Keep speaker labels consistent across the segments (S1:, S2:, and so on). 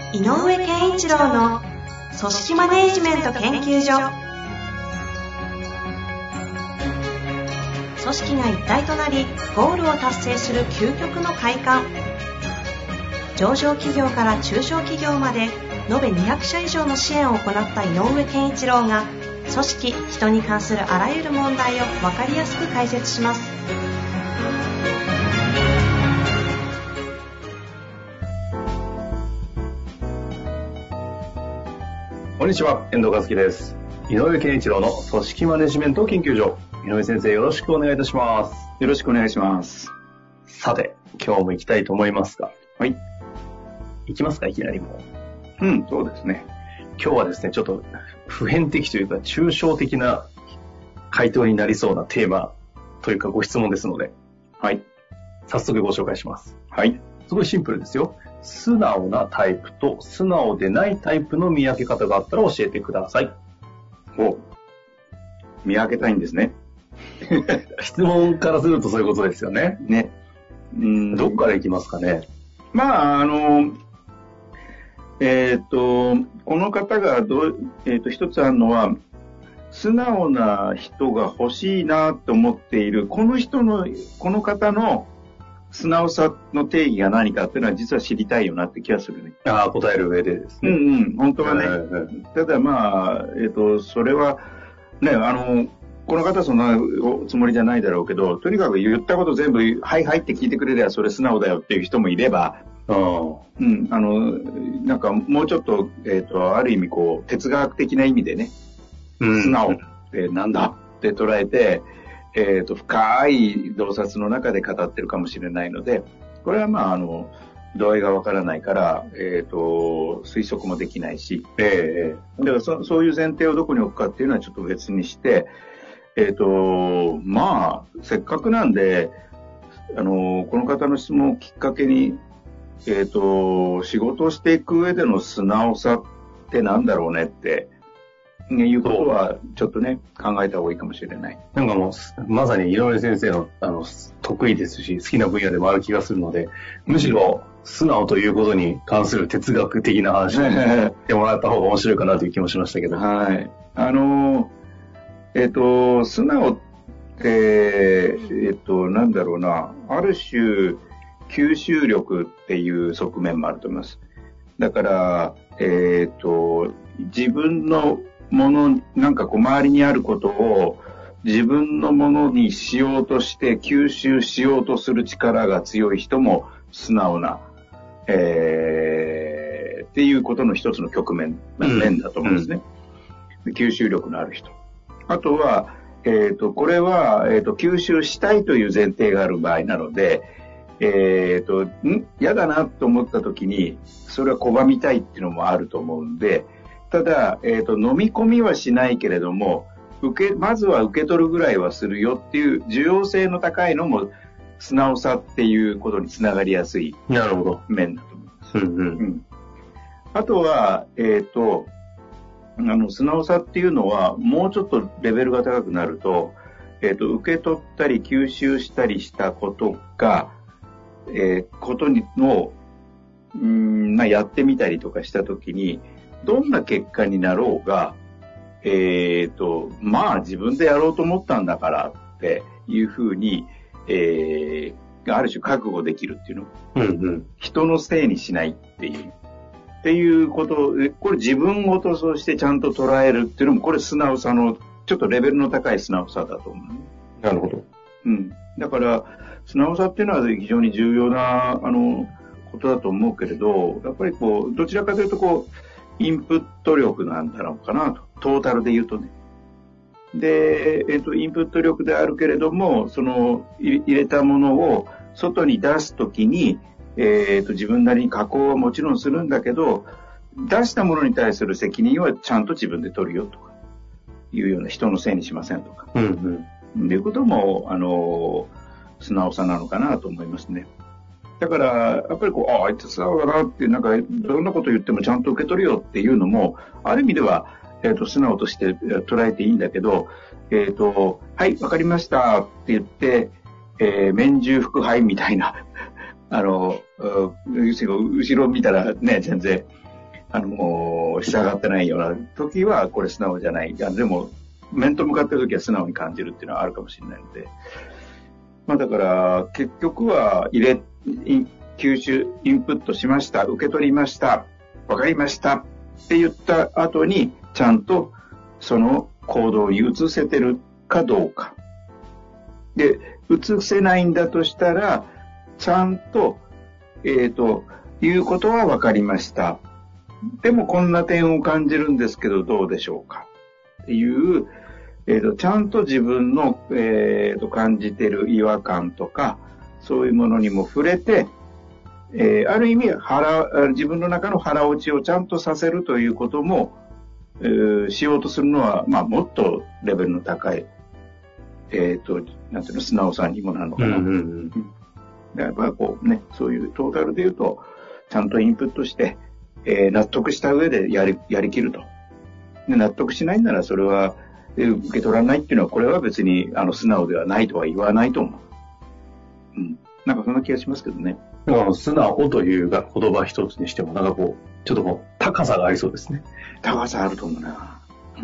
S1: 井上健一郎の組織マネジメント研究所。組織が一体となりゴールを達成する究極の快感。上場企業から中小企業まで延べ200社以上の支援を行った井上健一郎が、組織・人に関するあらゆる問題を分かりやすく解説します。
S2: こんにちは、遠藤和樹です。井上健一郎の組織マネジメント研究所。井上先生、よろしくお願いいたします。
S3: よろしくお願いします。
S2: さて、今日も行きたいと思いますが。
S3: はい。
S2: 行きますか、いきなりも
S3: う。そうですね。
S2: 今日はですね、ちょっと普遍的というか抽象的な回答になりそうなテーマというかご質問ですので、
S3: はい。
S2: 早速ご紹介します。
S3: はい。
S2: すごいシンプルですよ。素直なタイプと素直でないタイプの見分け方があったら教えてください。
S3: 見分けたいんですね。
S2: 質問からするとそういうことですよね。
S3: ね。
S2: どっから行きますかね。
S3: まあ、この方が一つあるのは、素直な人が欲しいなと思っている、この方の素直さの定義が何かっていうのは実は知りたいよなって気がするね。
S2: 答える上でですね。
S3: 本当はね。ただまあ、それは、ね、この方はそんなつもりじゃないだろうけど、とにかく言ったこと全部、はいはいって聞いてくれればそれ素直だよっていう人もいれば、なんかもうちょっと、ある意味こう、哲学的な意味でね、素直ってなんだって捉えて、深い洞察の中で語ってるかもしれないので、これはまあ、度合いがわからないから、推測もできないし、だからそういう前提をどこに置くかっていうのはちょっと別にして、まあ、せっかくなんで、この方の質問をきっかけに、仕事をしていく上での素直さってなんだろうねって、いうことはちょっとね、考えた方がいいかもしれない。
S2: なんかもう、まさに井上先生の、得意ですし、好きな分野でもある気がするので、むしろ素直ということに関する哲学的な話をしてもらった方が面白いかなという気もしましたけど。
S3: はい。素直って、なんだろうな、ある種、吸収力っていう側面もあると思います。だから、自分のもの、なんかこう周りにあることを自分のものにしようとして吸収しようとする力が強い人も素直な、っていうことの一つの面だと思うんですね。吸収力のある人。あとは、これは、吸収したいという前提がある場合なので、嫌だなと思った時に、それは拒みたいっていうのもあると思うんで、ただ、飲み込みはしないけれども、まずは受け取るぐらいはするよっていう需要性の高いのも、素直さっていうことにつながりやすい面だと思います。あとは、素直さっていうのは、もうちょっとレベルが高くなると、受け取ったり吸収したりしたことが、やってみたりとかしたときに、どんな結果になろうが、まあ自分でやろうと思ったんだからっていうふうに、ある種覚悟できるっていうの。人のせいにしないっていうこと、これ自分ごとそうしてちゃんと捉えるっていうのも、これ素直さの、ちょっとレベルの高い素直さだと思う、ね。
S2: なるほど。
S3: だから、素直さっていうのは非常に重要な、ことだと思うけれど、やっぱりこう、どちらかというとこう、インプット力なんだろうかなと。トータルで言うとね。で、インプット力であるけれども、その、入れたものを外に出すときに、自分なりに加工はもちろんするんだけど、出したものに対する責任はちゃんと自分で取るよとか、いうような、人のせいにしませんとか。いうことも、素直さなのかなと思いますね。だから、やっぱりこう、あいつ素直だなって、なんか、どんなこと言ってもちゃんと受け取るよっていうのも、ある意味では、素直として捉えていいんだけど、はい、わかりましたって言って、免従腹背みたいな、後ろ見たらね、全然、 従ってないような時は、これ素直じゃない。でも、面と向かってる時は素直に感じるっていうのはあるかもしれないので。だから、結局は吸収、インプットしました、受け取りました、わかりましたって言った後に、ちゃんとその行動に移せてるかどうか。で、移せないんだとしたら、ちゃんと、いうことはわかりました。でもこんな点を感じるんですけどどうでしょうかっていう、ちゃんと自分の、感じてる違和感とか、そういうものにも触れて、ある意味自分の中の腹落ちをちゃんとさせるということも、しようとするのは、もっとレベルの高い、なんていうの、素直さにもなるのかな。やっぱそういうトータルで言うと、ちゃんとインプットして、納得した上でやりきると。で、納得しないんならそれは、受け取らないっていうのは、これは別に素直ではないとは言わないと思う。なんかそんな気がしますけどね。
S2: 素直という言葉一つにしても、ちょっと高さがありそうですね。
S3: 高さあると思うな。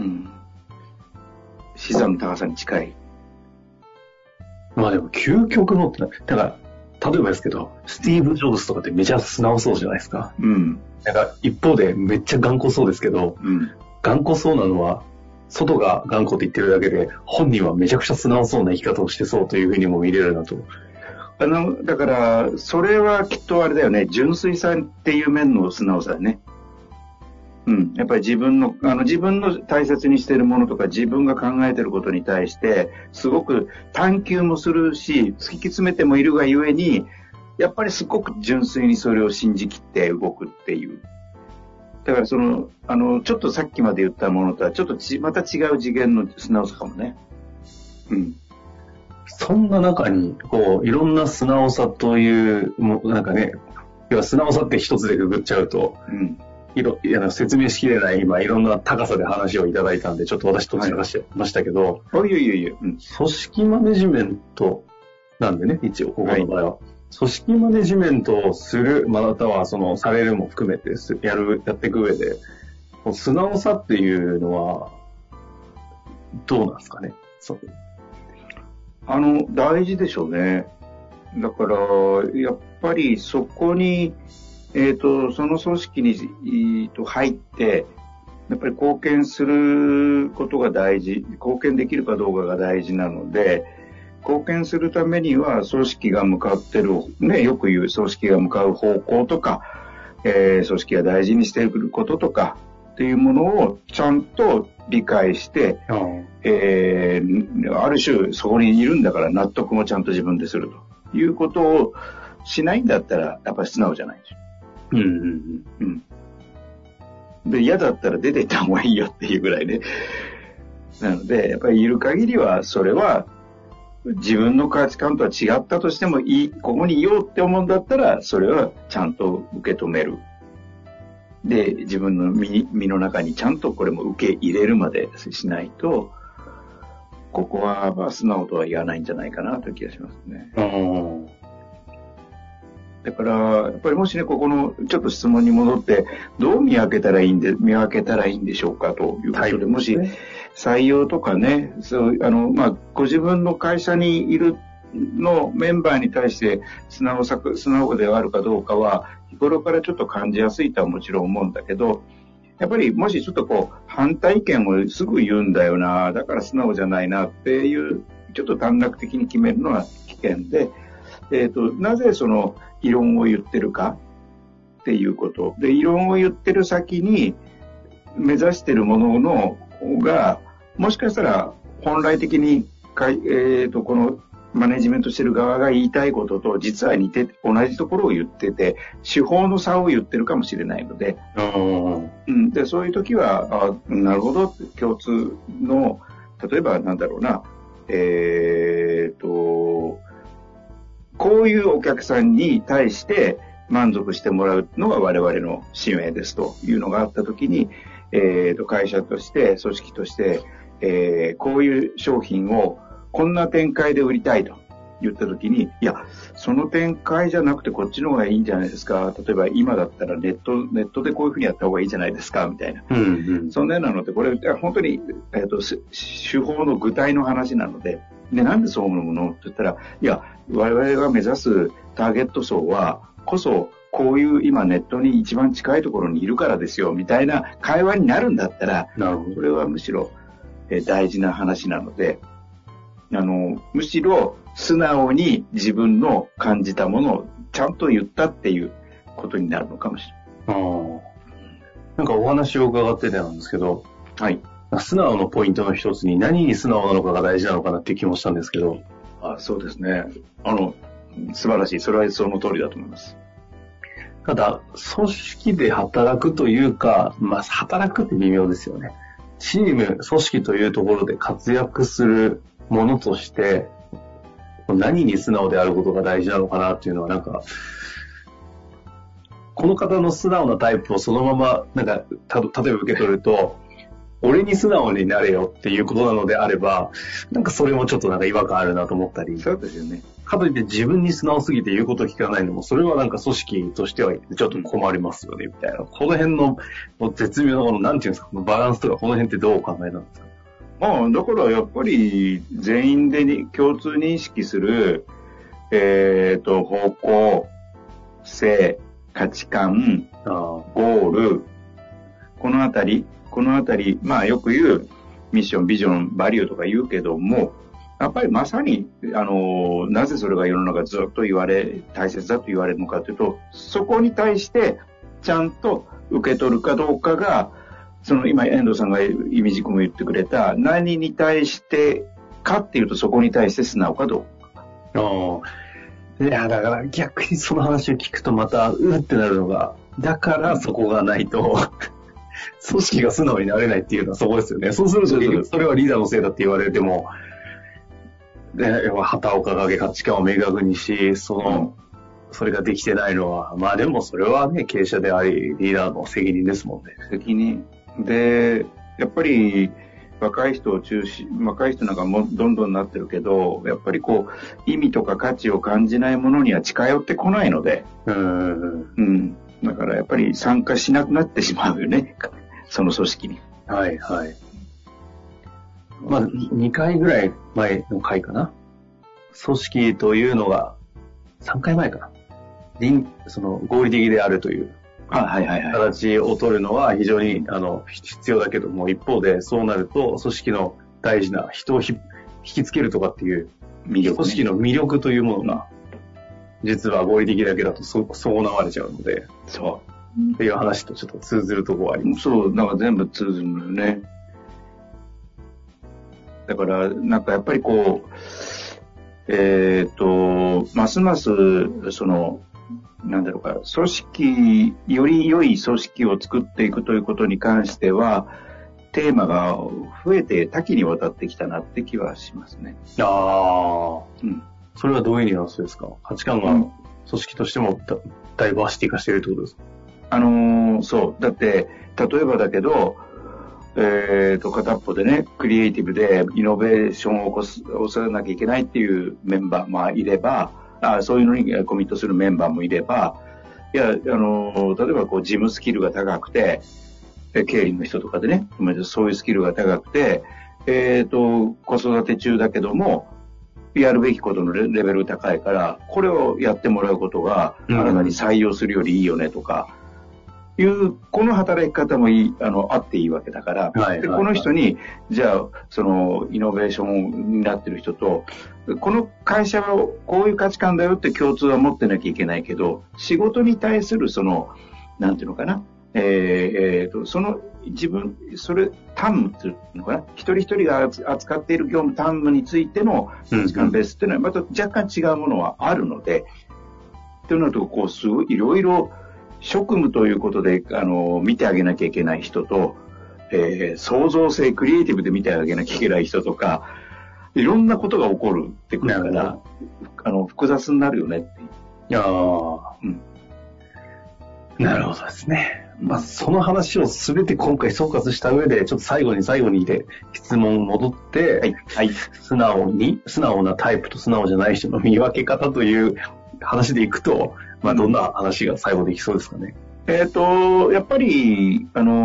S3: 資産の高さに近い。
S2: でも究極のって、だから例えばですけど、スティーブ・ジョブズとかってめちゃ素直そうじゃないですか。一方でめっちゃ頑固そうですけど、頑固そうなのは外が頑固って言ってるだけで、本人はめちゃくちゃ素直そうな生き方をしてそうというふうにも見れるなと。
S3: だからそれはきっとあれだよね、純粋さっていう面の素直さだね。やっぱり自分の大切にしているものとか、自分が考えていることに対してすごく探求もするし、突き詰めてもいるがゆえに、やっぱりすごく純粋にそれを信じきって動くっていう。だからちょっとさっきまで言ったものとはちょっとまた違う次元の素直さかもね。
S2: そんな中にいろんな素直さという要は素直さって一つでくぐっちゃうと、説明しきれない今いろんな高さで話をいただいたんで、ちょっと私とちらかしてましたけど、
S3: 組
S2: 織マネジメントなんでね、一応ここの場合は、組織マネジメントをする、またはされるも含めてやっていく上で、素直さっていうのはどうなんですかね。
S3: 大事でしょうね。だからやっぱりそこにその組織に入ってやっぱり貢献することが大事、貢献できるかどうかが大事なので、貢献するためには組織が向かってるよく言う組織が向かう方向とか、組織が大事にしていることとかっていうものをちゃんと理解して、ある種そこにいるんだから納得もちゃんと自分でするということをしないんだったら、やっぱり素直じゃないでしょ。で、嫌だったら出ていった方がいいよっていうぐらいね。なので、やっぱりいる限りは、それは自分の価値観とは違ったとしてもここにいようって思うんだったら、それはちゃんと受け止める。で、自分の身の中にちゃんとこれも受け入れるまでしないと、ここは素直とは言わないんじゃないかなという気がしますね。だから、やっぱりもしね、ここのちょっと質問に戻って、どう見分けたらいいんでしょうかということで、もし採用とかね、ご自分の会社にいるのメンバーに対して素直であるかどうかは、日頃からちょっと感じやすいとはもちろん思うんだけど、やっぱりもしちょっと反対意見をすぐ言うんだよな、だから素直じゃないなっていう、ちょっと短絡的に決めるのは危険で、なぜその異論を言ってるかっていうことで、異論を言ってる先に目指してるものが、もしかしたら本来的にこのマネジメントしてる側が言いたいことと実は同じところを言ってて、手法の差を言ってるかもしれないので、でそういう時はなるほど、共通の、例えばこういうお客さんに対して満足してもらうのが我々の使命ですというのがあったときに、会社として組織として、こういう商品をこんな展開で売りたいと言った時に、いや、その展開じゃなくてこっちの方がいいんじゃないですか。例えば今だったらネットでこういうふうにやった方がいいじゃないですか、みたいな。そんなようなのって、これ、本当に、手法の具体の話なので、なんでそう思うのって言ったら、いや、我々が目指すターゲット層は、こそ、こういう今ネットに一番近いところにいるからですよ、みたいな会話になるんだったら、これはむしろ、大事な話なので、むしろ素直に自分の感じたものをちゃんと言ったっていうことになるのかもしれない。
S2: なんかお話を伺っててなんですけど、
S3: はい。
S2: 素直のポイントの一つに何に素直なのかが大事なのかなっていう気もしたんですけど。
S3: そうですね。素晴らしい。それはその通りだと思います。
S2: ただ、組織で働くというか、働くって微妙ですよね。チーム、組織というところで活躍するものとして、何に素直であることが大事なのかなっていうのは、なんか、この方の素直なタイプをそのまま、なんか、例えば受け取ると、俺に素直になれよっていうことなのであれば、なんかそれもちょっとなんか違和感あるなと思ったり。
S3: そうですよね。
S2: かといって自分に素直すぎて言うことを聞かないのも、それはなんか組織としてはちょっと困りますよね、みたいな。この辺の絶妙ななんていうんですか、バランスとかこの辺ってどうお考えなんですか？
S3: だからやっぱり全員で共通認識する、方向性、価値観、ゴール、このあたり、よく言うミッション、ビジョン、バリューとか言うけども、やっぱりまさに、なぜそれが世の中ずっと大切だと言われるのかというと、そこに対してちゃんと受け取るかどうかが、今遠藤さんが意味軸も言ってくれた、何に対してかっていうと、そこに対して素直かどうか。
S2: いや、だから逆にその話を聞くとまた、ってなるのが、だからそこがないと、組織が素直になれないっていうのはそこですよね。そうすると、それはリーダーのせいだって言われても、旗を掲げ価値観を明確にし、それができてないのは、でもそれはね、経営者であり、リーダーの責任ですもんね。
S3: 責任。で、やっぱり、若い人なんかもどんどんなってるけど、やっぱり意味とか価値を感じないものには近寄ってこないので、だからやっぱり参加しなくなってしまうよね、その組織に。
S2: はいはい。2回ぐらい前の回かな。組織というのが、3回前かな。合理的であるという形を取るのは非常に必要だけども、一方でそうなると組織の大事な人を引きつけるとかっていう組織の魅力というものが、実は合理的だけだと損なわれちゃうので、そうっていう話とちょっと通ずるところはあります。
S3: そう、なんか全部通ずるのよね。だからなんかやっぱりますますなんだろうか、組織、より良い組織を作っていくということに関しては、テーマが増えて多岐にわたってきたなって気はしますね。
S2: それはどういうニュアンスですか？価値観が組織としてもダイバーシティ化しているってことですか？
S3: そう。だって、例えばだけど、片っぽでね、クリエイティブでイノベーションを起こさなきゃいけないっていうメンバーもいれば、そういうのにコミットするメンバーもいれば、例えば事務スキルが高くて、経理の人とかでね、そういうスキルが高くて、子育て中だけども、やるべきことのレベル高いから、これをやってもらうことが、あなたに採用するよりいいよねとか、この働き方もあっていいわけだから、でこの人に、じゃあ、イノベーションになってる人と、この会社はこういう価値観だよって共通は持ってなきゃいけないけど、仕事に対するなんていうのかな、担務っていうのかな、一人一人が扱っている業務担務についての価値観ベースっていうのはまた若干違うものはあるので、というのとすごいいろいろ職務ということで見てあげなきゃいけない人と、創造性クリエイティブで見てあげなきゃいけない人とか、いろんなことが起こるってくるから複雑になるよねっていう。
S2: なるほどですね。 その話を全て今回総括した上で、ちょっと最後にで質問戻って、はい、素直なタイプと素直じゃない人の見分け方という話でいくと、どんな話が最後できそうですかね。
S3: やっぱり、例えば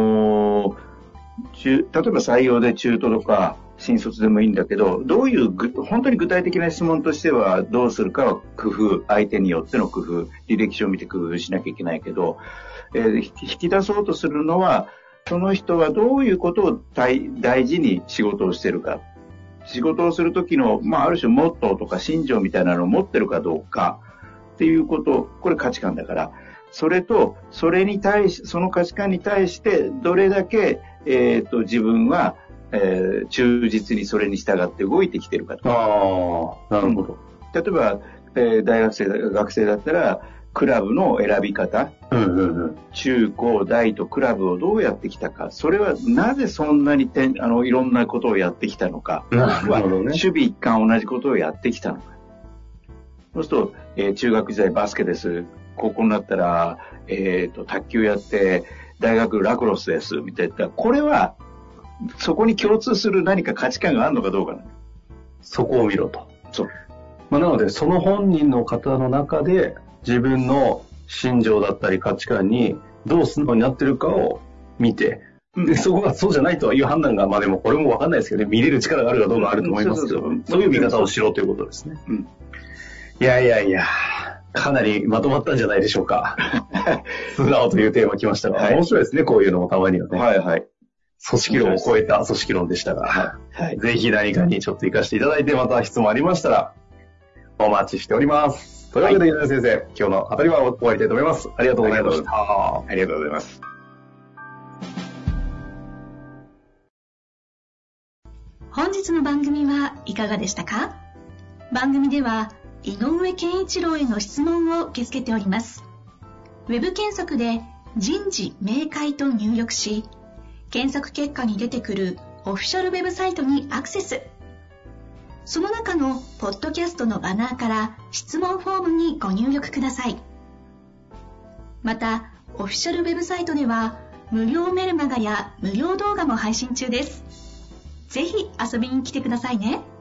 S3: 採用で中途とか新卒でもいいんだけど、どういう本当に具体的な質問としてはどうするかは工夫、相手によっての工夫、履歴書を見て工夫しなきゃいけないけど、引き出そうとするのは、その人はどういうことを大事に仕事をしてるか。仕事をするときの、ある種モットーとか信条みたいなのを持ってるかどうかっていうこと、これ価値観だから、それと、その価値観に対して、どれだけ、自分は、忠実にそれに従って動いてきてるかと。
S2: なるほど。
S3: 例えば、学生だったら、クラブの選び方、中高大とクラブをどうやってきたか、それはなぜそんなにいろんなことをやってきたのか、守備一貫同じことをやってきたのか。そうすると、中学時代バスケです。高校になったら、卓球やって、大学ラクロスです。みたいな。これは、そこに共通する何か価値観があるのかどうかな。
S2: そこを見ろと。
S3: そう。
S2: なので、その本人の方の中で、自分の心情だったり価値観にどう素直になってるかを見て、でそこがそうじゃないという判断が、でもこれも分かんないですけどね、見れる力があるかどうかあると思いますけど、そういう見方をしろということですね。いや、かなりまとまったんじゃないでしょうか。素直というテーマ来ましたが、面白いですね、こういうのもたまにはね。組織論を超えた組織論でしたが、ぜひ何かにちょっと活かしていただいて、また質問ありましたら、お待ちしております。というわけで、井上先生、今日の当たりは終わりたいと思います。ありがとうございました。
S3: ありがとうございます。
S1: 本日の番組はいかがでしたか？番組では、井上健一郎への質問を受け付けております。ウェブ検索で人事明快と入力し、検索結果に出てくるオフィシャルウェブサイトにアクセス。その中のポッドキャストのバナーから質問フォームにご入力ください。また、オフィシャルウェブサイトでは無料メルマガや無料動画も配信中です。ぜひ遊びに来てくださいね。